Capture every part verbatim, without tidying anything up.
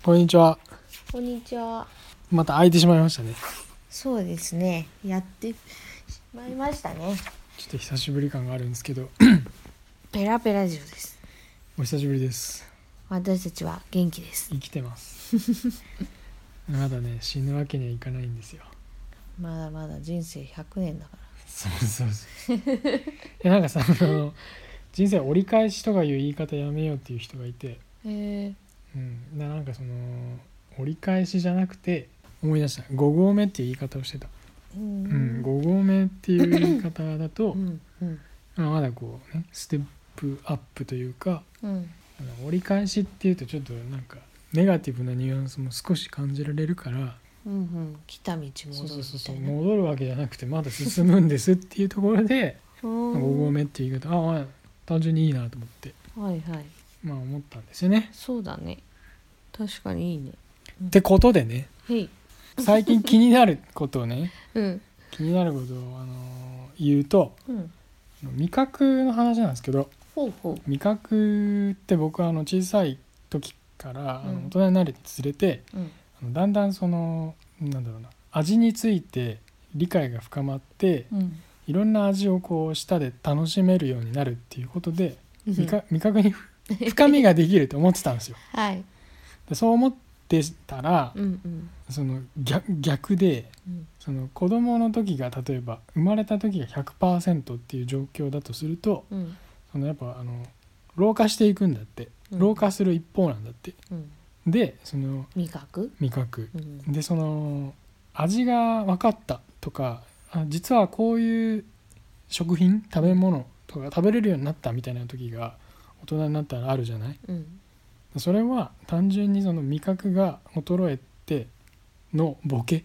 こんにちは。 こんにちは。 また空いてしまいましたね。 そうですね。やってしまいましたね。 ちょっと久しぶり感があるんですけどペラペラジオです。 お久しぶりです。 私たちは元気です。 生きてますまだね、死ぬわけにはいかないんですよ。 まだまだ人生ひゃくねんだから。 そうそうそういやなんかさ、あの人生折り返しとかいう言い方やめようっていう人がいて、 へえ。 うん、ななんかその折り返しじゃなくて、思い出したご合目っていう言い方をしてた。 ううんん、ご合目っていう言い方だとうんうんまだこうねステップアップというか、 うん折り返しっていうとちょっとなんかネガティブなニュアンスも少し感じられるから、 うんうん。来た道戻るみたいな。 そうそうそうそう、戻るわけじゃなくてまだ進むんですっていうところでご合目っていう言い方、ああ単純にいいなと思って、 はいはい。 まあ思ったんですよね。 そうだね。確かにいいね。 ってことでね、 へい。 最近気になることをねうん気になることを、あの言うと、 うん味覚の話なんですけど、 ほうほう。 味覚って僕はあの小さい時からあのうん大人になるにつれて、 うんあのだんだんそのなんだろうな味について理解が深まって、 うんいろんな味をこう舌で楽しめるようになるっていうことで、味覚、味覚に深みができると思ってたんですよ。 はい。 でそう思ってたら、 うんうんその 逆, 逆でうんその子供の時が例えば生まれた時が ひゃくパーセント っていう状況だとすると、 うんそのやっぱあの老化していくんだって、 うん老化する一方なんだって。 うんでその味覚。 味覚うんでその味が分かったとか、あ実はこういう食品食べ物とか食べれるようになったみたいな時が大人になったらあるじゃない。 うんそれは単純にその味覚が衰えてのボケ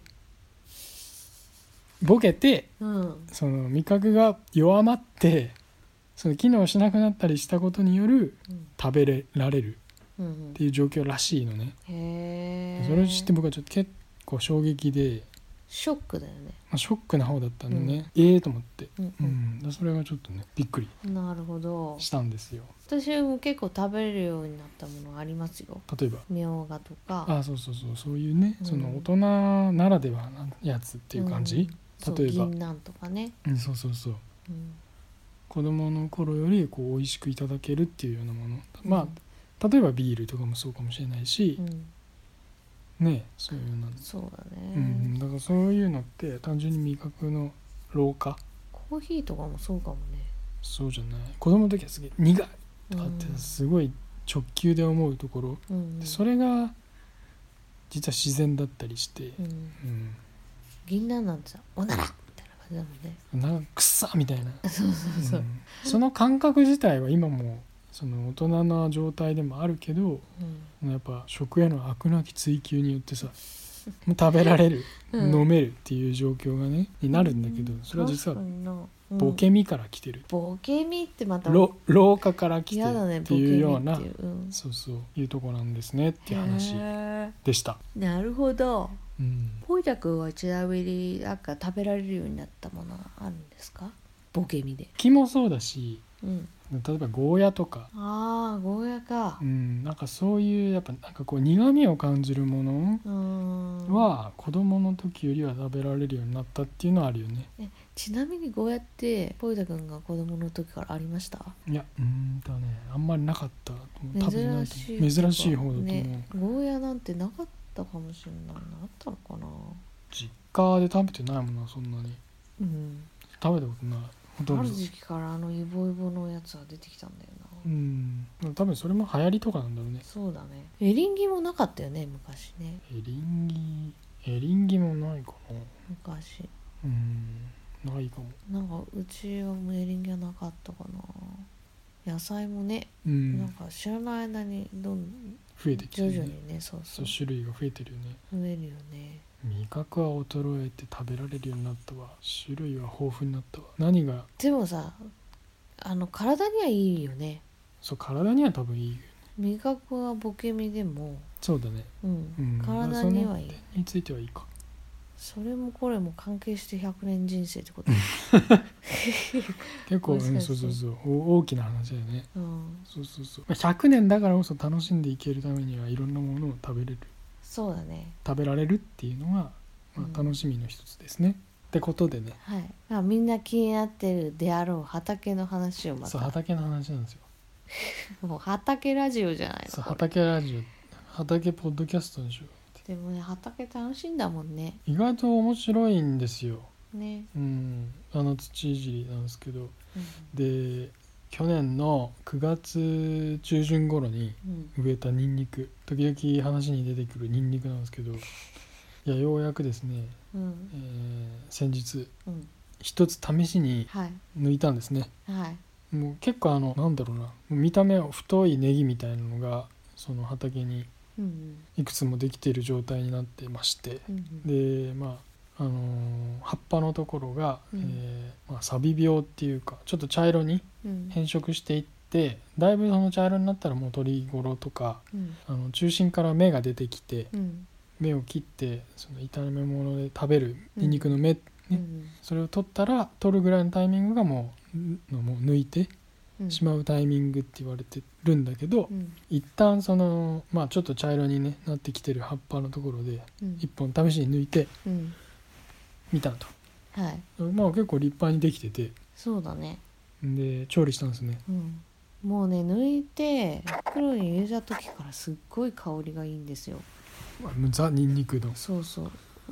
ボケて、 うんその味覚が弱まってその機能しなくなったりしたことによるうん食べれられるうんっていう状況らしいのね。 へえ。 それを知って僕はちょっと結構衝撃で、 ショックだよね。 まあ、ショックな方だったんでね、ええと思って、 うんううんん、それがちょっとねびっくりなるほど。 したんですよ。 私も結構食べれるようになったものありますよ。 例えばみょうがとか。 あそうそうそうそういうね、 うんその大人ならではなやつっていう感じ、 うんそう例えば銀杏とかね。 うん、そうそうそううん子供の頃よりこう美味しくいただけるっていうようなもの、まあ例えばビールとかもそうかもしれないしう、ん、 ねそういうの、 そうだね、 うん、だからそういうのって単純に味覚の老化。 コーヒーとかもそうかもね。 そうじゃない子供の時はすげえ苦いとかってうんすごい直球で思うところ、 うんでそれが実は自然だったりして、 うん、 うん銀杏なんてさおならみたいな感じだもんね。 なんかくっさみたいなそうそうそう、 うんその感覚自体は今もその大人な状態でもあるけど、 うんやっぱ食への飽くなき追求によってさもう食べられる、 うん飲めるっていう状況がねになるんだけど、それは実は確かにな、うんボケ身から来てる、 ボケ身ってまた老老化から来てる嫌だね。 っていうような、 ボケ身っていう、うん、 そうそういうとこなんですねっていう話へでした。 ーなるほど。 うんポイタ君はちなみになんか食べられるようになったものはあるんですか？ボケ身で。 木もそうだし、 うん。 例えばゴーヤとか、 ああ、ゴーヤかう。ん、なんかそういうやっぱなんかこう苦味を感じるものうーん。 は子供の時よりは食べられるようになったっていうのはあるよね。 え、ちなみにゴーヤってポイタ君が子供の時からありました？ いやうーんとねあんまりなかったと思う。多分ないと珍しい思う。珍しい方だと思う、 ね。ゴーヤなんてなかったかもしれないな。あったのかな。 実家で食べてないもんなそんなに。 うん。 食べたことないほとんど。 ある時期からあのイボイボのやつが出てきたんだよな。 うん多分それも流行りとかなんだろうね。 そうだね。エリンギもなかったよね昔ね。 エリンギエリンギもないかな。 昔。 うんないかも。 なんかうちはもうエリンギはなかったかな。野菜もね、 うなんんか知らない間にどん増えてきてるね。 徐々にね、そうそそうう種類が増えてるよね。 増えるよね。 味覚は衰えて食べられるようになったわ。種類は豊富になったわ。何がでもさ、あの体にはいいよね。 そう体には多分いいよ。 味覚はボケ身でも、 そうだね、 うんうん、 体にはいい。 その点についてはいいか。 それもこれも関係してひゃくねん人生ってこと結構、うん、 もしかしてそうそうそうお大きな話だよね。 うんそうそうそうひゃくねんだからこそ楽しんでいけるためにはいろんなものを食べれるそうだね。 食べられるっていうのが、まあ、楽しみの一つですね、うん、ってことでね、 はい、まあ、みんな気になってるであろう畑の話をまた。 そう畑の話なんですよもう畑ラジオじゃないの。 そう畑ラジオ畑ポッドキャストでしょ。 でもね畑楽しいんだもんね。 意外と面白いんですよね、 うん、あの土いじりなんですけど、 うん、 で去年のくがつ中旬頃に植えたニンニク、時々話に出てくるニンニクなんですけど、いやようやくですね、 うんえー先日、 うん、 一つ試しに抜いたんですね、 はい、 もう結構あのなんだろうな見た目太いネギみたいなのがその畑にいくつもできている状態になってまして、 うんうん、 でまああのー葉っぱのところが、うんえーまあ、サビ病っていうかちょっと茶色に変色していって、うん、だいぶその茶色になったらもう取り頃とか、うん、あの中心から芽が出てきて、うん、芽を切ってその炒め物で食べるニンニクの芽、ねうん、それを取ったら取るぐらいのタイミングがもう、もう抜いてしまうタイミングって言われてるんだけど、うん、一旦その、まあ、ちょっと茶色に、ね、なってきてる葉っぱのところで一本試しに抜いて、うん見たと、はい、まあ結構立派にできてて、 そうだね、 で調理したんですね、 うん、もうね抜いて袋に入れた時からすっごい香りがいいんですよ。 ザニンニクのそうそう、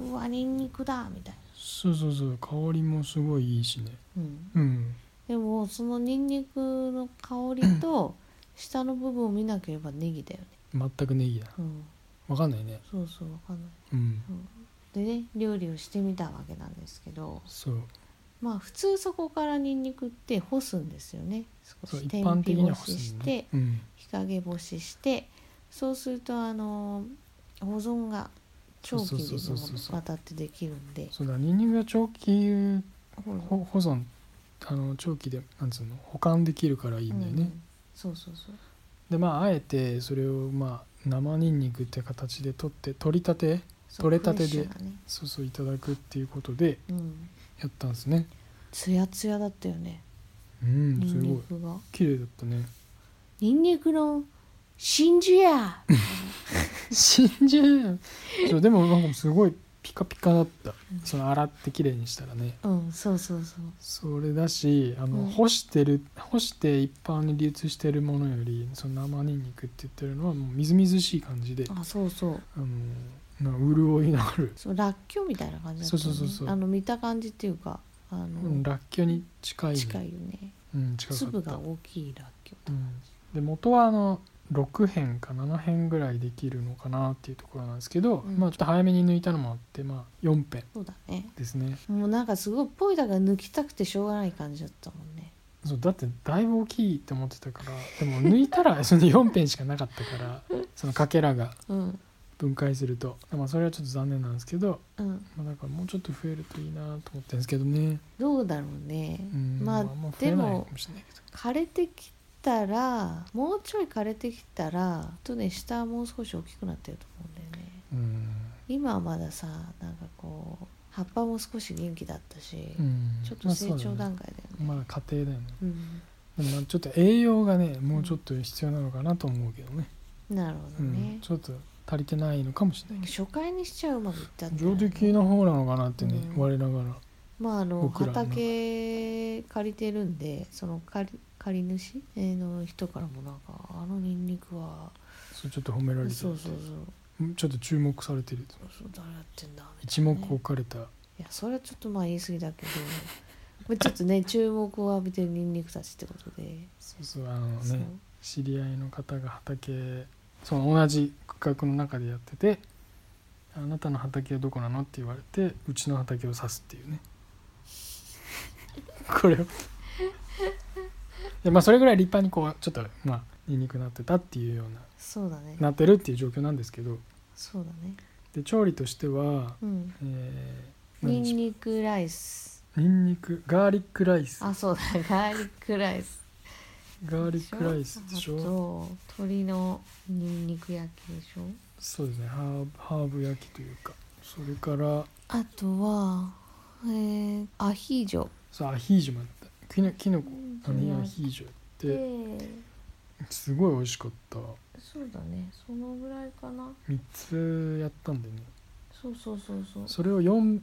うわニンニクだみたいな。 そうそうそう、香りもすごいいいしね、うんうん、 でもそのニンニクの香りと下の部分を見なければネギだよね。全くネギだ、うん、分かんないね。 そうそう分かんない、 うんうんでね料理をしてみたわけなんですけど、 そうまあ普通そこからニンニクって干すんですよね。少し天日干しして、ねうん、日陰干しして、そうするとあの保存が長期でまたってできるんで、 そうだニンニクが長期保存あの長期でなんつうの保管できるからいいんだよね、うん、 そうそうそう。 でまああえてそれをまあ生ニンニクって形で取って取りたて取れたてで、ね、そうそういただくっていうことでやったんですね、うん、 ツヤツヤだったよね。 うんすごい綺麗だったね。 ニンニクの真珠や真珠やそうでもなんかすごいピカピカだった、うん、その洗って綺麗にしたらね、 うんそうそうそうそれだしあの、うん、干してる干して一般に流通してるものよりその生ニンニクって言ってるのはもうみずみずしい感じで、 あそうそうあのな潤いのあるそうらっきょうみたいな感じだったよね。そうそうそうそうあの見た感じっていうかあの、 うん、らっきょうに近い、ね、 近いよね、 うん、近かった粒が大きいらっきょう、 うん、で元はあのろくへんかななへんぐらいできるのかなっていうところなんですけど、うん、まあちょっと早めに抜いたのもあってまあよんへんそうだねですね。 もうなんかすごいポイだから抜きたくてしょうがない感じだったもんね。 そうだってだいぶ大きいって思ってたからでも抜いたらそのよんへんしかなかったからそのかけらが分解すると、うん、まあそれはちょっと残念なんですけど、うんまあ、だからもうちょっと増えるといいなと思ってるんですけどね。 どうだろうね、うん、まあ、まあ、もう増えないかもしれないけど枯れてきたらもうちょい枯れてきたらとね下はもう少し大きくなってると思うんだよね、うん、今はまださなんかこう葉っぱも少し元気だったし、うん、ちょっと成長段階だよね、 まあ、まだ家庭だよね、うん、でもまあちょっと栄養がねもうちょっと必要なのかなと思うけどね、 うん、なるほどね、 うん、ちょっと足りてないのかもしれない。 初回にしちゃうまくいったんだよね。上出来な方なのかなってね、うん、我ながらまああの畑借りてるんでその借り借り主の人からもなんかあのニンニクはそうちょっと褒められてそうそうそうちょっと注目されてる。 そうそう誰やってんだみたいな、ね、 一目置かれた。いやそれはちょっとまあ言い過ぎだけどちょっとね注目を浴びてるニンニクたちってことでそうそうあのね知り合いの方が畑その同じ区画の中でやっててあなたの畑はどこなのって言われてうちの畑を指すっていうねこれをで、まあ、それぐらい立派にこうちょっとまあニンニクなってたっていうようなそうだねなってるっていう状況なんですけどそうだねで調理としては、 うんえー、ニンニクライスニンニクガーリックライスあそうだガーリックライスガーリックライスでしょあと鶏のニンニク焼きでしょそうですねハーブ、ハーブ焼きというかそれからあとは、えー、アヒージョそうアヒージョもあったきのきのこアヒージョってすごい美味しかった。 そうだね、そのぐらいかな。 みっつやったんでね。 そうそうそうそう。 それを 4,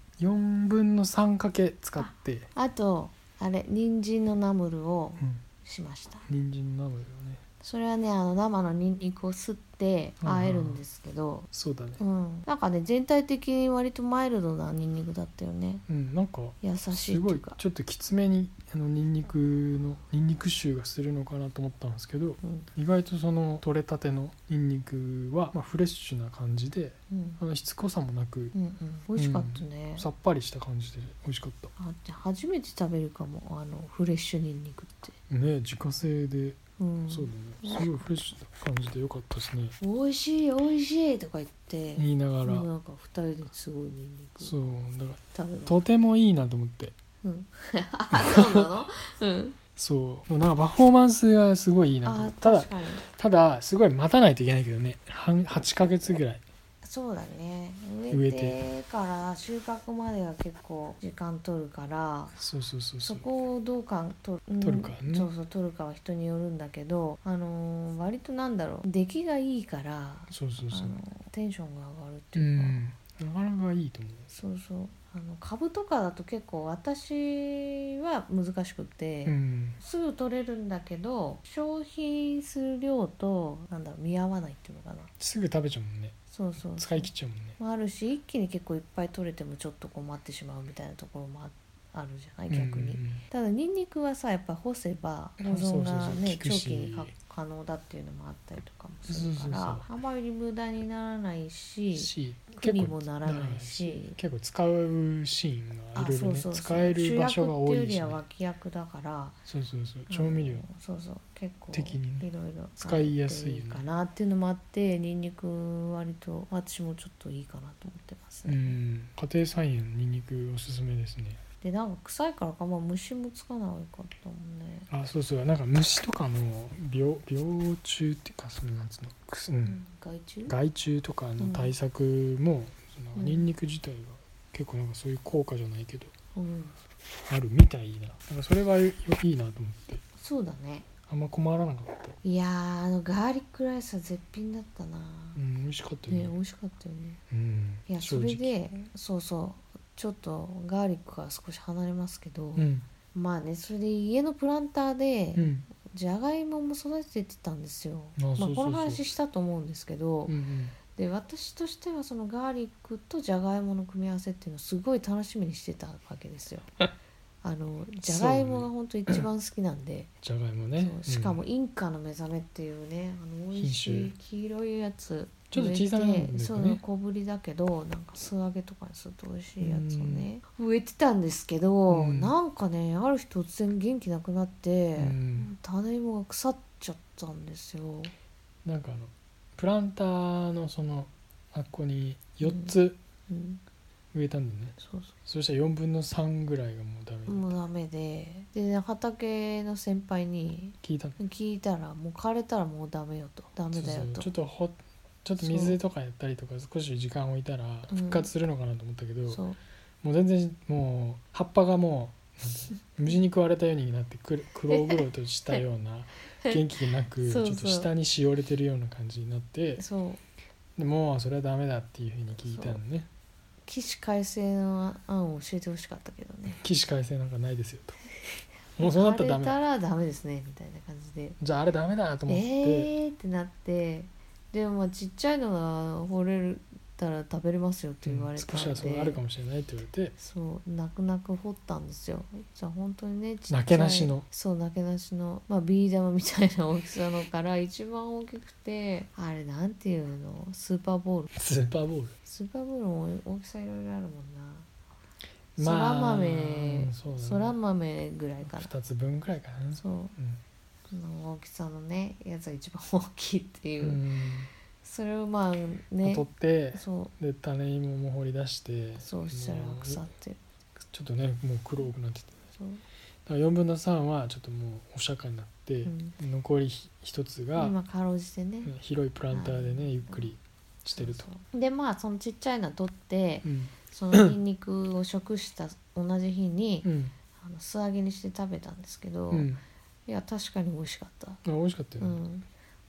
4分のさんかけ使って、 あ, あとあれ人参のナムルをしました、 うん、人参のナムルをね。 それはね、あの生のニンニクをすって和えるんですけど、 そうだね、 うん、なんかね全体的に割とマイルドなニンニクだったよね。 うん、なんか優しいっていうか、 すごいちょっときつめにあのニンニクのニンニク臭がするのかなと思ったんですけど、うん、意外とその取れたてのニンニクは、まあ、フレッシュな感じで、うん、あのしつこさもなく、 うんうん、美味しかったね、 うん、さっぱりした感じで美味しかった。 あって初めて食べるかも、あのフレッシュニンニクってね、自家製で、うん、そうだね、すごいフレッシュな感じで良かったですね。 美味しい美味しいとか言って言いながら、 なんかふたりですごいニンニク、 そうだからとてもいいなと思って、 うん、そうなの、うん、 そうなんかパフォーマンスがすごいいいなと思って。ただただすごい待たないといけないけどね、はちかげつぐらい。 そうだね、植えてから収穫までが結構時間取るから、 そうそうそうそう、 そこをどうか取る、 取るかね、 そうそう取るかは人によるんだけど、あのー、割となんだろう、出来がいいから、 そうそうそう、 あのテンションが上がるっていうか、 うん、なかなかいいと思う。 そうそう、あの株とかだと結構私は難しくて、うん、すぐ取れるんだけど消費する量となんだろう見合わないっていうのかな、 すぐ食べちゃうもんね。 そうそうそう、 使い切っちゃうもんね。 あるし一気に結構いっぱい取れてもちょっと困ってしまうみたいなところも あ, あるじゃない逆に、うんうん、ただニンニクはさやっぱ干せば保存がね長期にか可能だっていうのもあったりとかもするから、そうそうそう、あまり無駄にならないし苦にもならないし、 結構使うシーンがいろいろね、使える場所が多いし、ね、主役っていうよりは脇役だから、 そうそうそう、調味料、 そうそう結構的に、ね、 いろいろ使いやすいよねかなっていうのもあって、ニンニク割と私もちょっといいかなと思ってますね。 うん、家庭菜園のニンニクおすすめですね。 でなんか臭いからか、まあ、虫もつかないかったもんね。 あ、そうそう、なんか虫とかの病病虫っていうか、そのなんつうの、うんうん、害虫害虫とかの対策も、うん、そのニンニク自体が結構なんかそういう効果じゃないけど、うん、あるみたいな、なんかそれがいいなと思って。 そうだね、 あんま困らなかった。 いやー、あのガーリックライスは絶品だったな。 うん、美味しかったよね。 ね、美味しかったよね。 うん、 いやそれでそうそうちょっとガーリックから少し離れますけど、うん、まあね、それで家のプランターで、うん、じゃがいもも育ててたんですよ。あ、まあ、この話したと思うんですけど、うんうん、で私としてはそのガーリックとじゃがいもの組み合わせっていうのをすごい楽しみにしてたわけですよ。あのじゃがいもが本当一番好きなんで、 じゃがいもね、 しかもインカの目覚めっていうね、あの美味しい黄色いやつ、 ちょっと小さめなんだよね、 そう小ぶりだけどなんか素揚げとかにすると美味しいやつをね植えてたんですけど、うん、なんかねある日突然元気なくなって、うん、種芋が腐っちゃったんですよ。 なんかあのプランターのそのあっこによっつ、うんうん植えたんだよね。そうそう。そしたらよんぶんのさんぐらいがもうダメだ。 もうダメで、で畑の先輩に聞いた聞いたらもう枯れたらもうダメよと、ダメだよと。 そうそう、ちょっとほちょっと水とかやったりとか少し時間置いたら復活するのかなと思ったけど、うん、そうもう全然もう葉っぱがもう虫に食われたようになって黒々としたような元気なくそうそうちょっと下にしおれてるような感じになって、そうでもうそれはダメだっていうふうに聞いたのね。 起死回生の案を教えてほしかったけどね。 起死回生なんかないですよと。もうそうなったらダメだ。 枯れたらダメですねみたいな感じで。 じゃああれダメだと思って。 えーってなって、でもまあちっちゃいのが掘れたら食べれますよって言われたので、 うん、少しはそうあるかもしれないって言われて、 そう泣く泣く掘ったんですよ。じゃあ本当にねちっちゃいなけなしのそうなけなしの、まあ、ビー玉みたいな大きさのから一番大きくて、あれなんていうの、スーパーボールスーパーボールスーパーボールも大きさいろいろあるもんな。そら豆、そうだね、そら豆ぐらいかな、 ふたつぶんぐらいかな。 そう、うん、の大きさのねやつが一番大きいっていう、うん、それをまあね取ってそうで種芋も掘り出して、 そうしたら腐ってる、 ちょっとねもう黒くなってて、そうだからよんぶんのさんはちょっともうお釈迦になって、うん、残りひとつが今かろうじてね広いプランターでね、はい、ゆっくりしてると。 そうそうでまあそのちっちゃいの取って、うん、そのニンニクを食した同じ日に、うん、あの素揚げにして食べたんですけど、うん、いや確かに美味しかった。 あ美味しかったよね、 うん、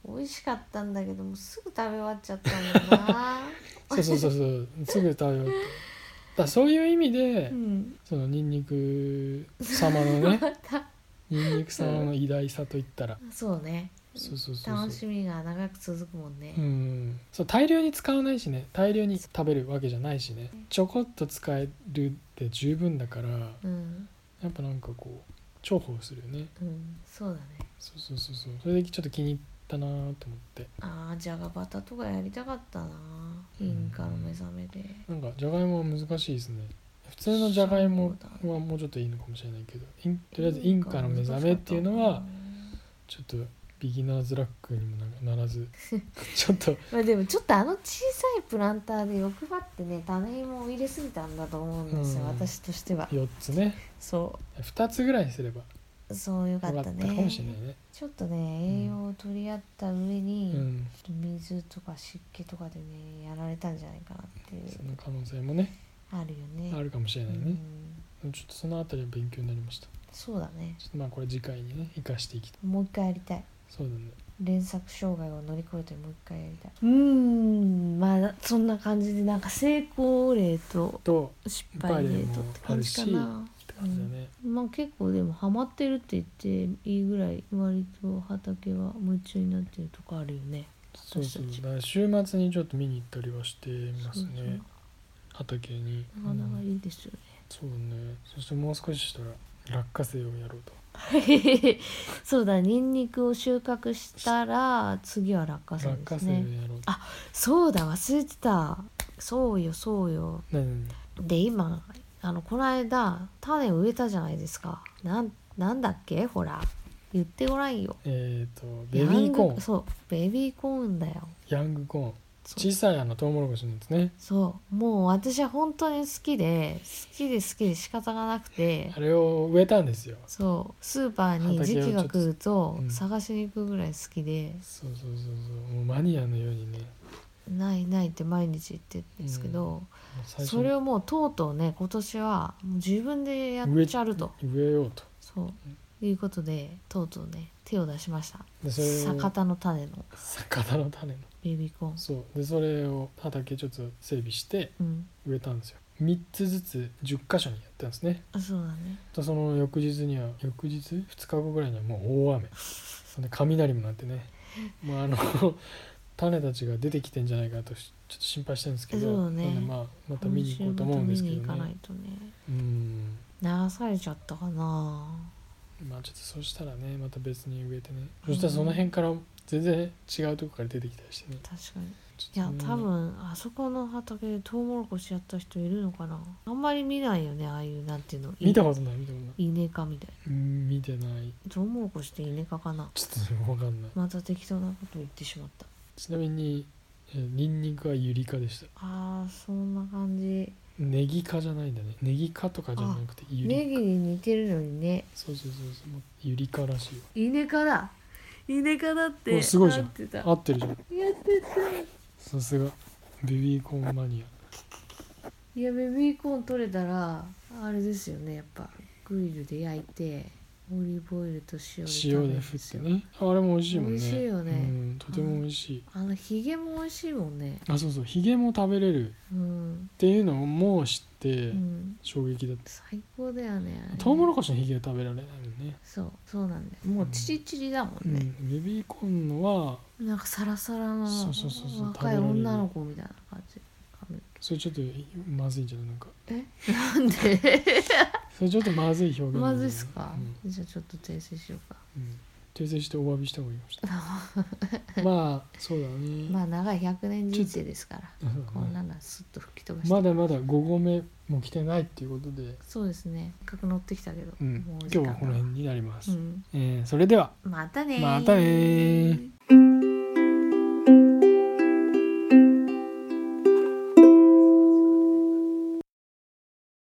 美味しかったんだけどもすぐ食べ終わっちゃったんだなそうそうそうそうすぐ食べ終わっただそういう意味で、うん、そのニンニク様のねニンニク様の偉大さといったら、 うん、そうねそうそうそうそう楽しみが長く続くもんね、 うん、そう大量に使わないしね大量に食べるわけじゃないしねちょこっと使えるって十分だから、うん、やっぱなんかこう重宝するよね、 うん、そうだねそうそうそうそうそれでちょっと気に入ったなと思ってああじゃがバタとかやりたかったなインカの目覚めで、 うん、なんかじゃがいもは難しいですね普通のじゃがいもはもうちょっといいのかもしれないけど、ね、とりあえずインカの目覚めっていうのはちょっとビギナーズラックにもならずちょっとまあでもちょっとあの小さいプランターで欲張ってね種芋を入れすぎたんだと思うんですよ、うん、私としてはよっつねそうふたつぐらいにすればそうよかったねかもしれないねちょっとね栄養を取り合った上に、うん、水とか湿気とかでねやられたんじゃないかなっていうその可能性もねあるよねあるかもしれないね、うん、ちょっとそのあたりは勉強になりましたそうだねちょっとまあこれ次回にね生かしていきたいもう一回やりたいそうだね連作障害を乗り越えてもう一回やりたい。うーんまあそんな感じでなんか成功例と失敗例とって感じかな。って感じだね。うん、まあ結構でもハマってるって言っていいぐらい割と畑は夢中になってるとこあるよね。 そうそうだから週末にちょっと見に行ったりはしてますね。そうそう畑に。 なかなかいいですよね。 うん、そうね。そしてもう少ししたら落花生をやろうと。 そうだニンニクを収穫したら次は落花生ですね。 落花生やろう。 あそうだ忘れてた。そうよそうよ。 何で今あのこの間種を植えたじゃないですか。なんなんだっけほら言ってごらんよ。 えっ、ー、とベビーコーン。 そうベビーコーンだよ。 ヤングコーン。小さいあのトウモロコシなんですね。 そうもう私は本当に好きで好きで好きで仕方がなくてあれを植えたんですよ。 そうスーパーに時期が来ると探しに行くぐらい好きで、うん、 そうそうそうそうもうマニアのようにねないないって毎日言ってるんですけど、うん、それをもうとうとうね今年はもう自分でやっちゃると植えようとそう、うん、いうことでとうとうね手を出しました。酒田の種の酒田の種のベビーコーンそうでそれを畑ちょっと整備して植えたんですよ、うん、みっつずつじゅっかしょにやったんですね。 あそうだね。 とその翌日には翌日ふつかごぐらいにはもう大雨そんで雷もなってねもうあの種たちが出てきてんじゃないかとちょっと心配してるんですけどそう、ね、 なんでまあまた見に行こうと思うんですけどね。 今週また見に行かないとねうん流されちゃったかな。 まあちょっとそうしたらねまた別に植えてね、うん、そしたらその辺から全然違うとこから出てきたりしてね。 確かにいや多分あそこの畑でトウモロコシやった人いるのかな。あんまり見ないよねああいうなんていうの見たことない見たことないイネ科みたいな。 うん見てない。 トウモロコシってイネ科かな。 ちょっと分かんない。 また適当なこと言ってしまった。 ちなみにニンニクはユリ科でした。 あーそんな感じ。 ネギ科じゃないんだね。ネギ科とかじゃなくてユリ科。 ネギに似てるのにね。 そうそうそうそうユリ科らしいよ。 イネ科だイネ科だってすごいじゃん合ってた合ってるじゃん。やってたさすがベビーコーンマニア。 いやベビーコーン取れたらあれですよねやっぱグリルで焼いてオリーブオイルと塩で塩で振ってね。あれも美味しいもんね。 美味しいよね、 うん、とても美味しい。 あのヒゲも美味しいもんね。 あそうそうヒゲも食べれる、うん、っていうのをもう知って衝撃だった、うん、 最高だよね。 トウモロコシのヒゲは食べられないもんね。 そうそうなんだよもうチリチリだもんね、 うん、ベビーコーンのはなんかサラサラのそうそうそうそう若い女の子みたいな感じ。 それちょっとまずいんじゃないなんかえなんでそれちょっとまずい表現まずいっすか、うん、じゃあちょっと訂正しようか、 うん、訂正してお詫びした方がいいかもしれないまあそうだねまあ長いひゃくねん人生ですから、こんなのはスッと吹き飛ばしてまだまだご合目も来てないっていうことでそうですねせっかく乗ってきたけど、 うん、もう今日はこの辺になります、うんえー、それではまたねまたね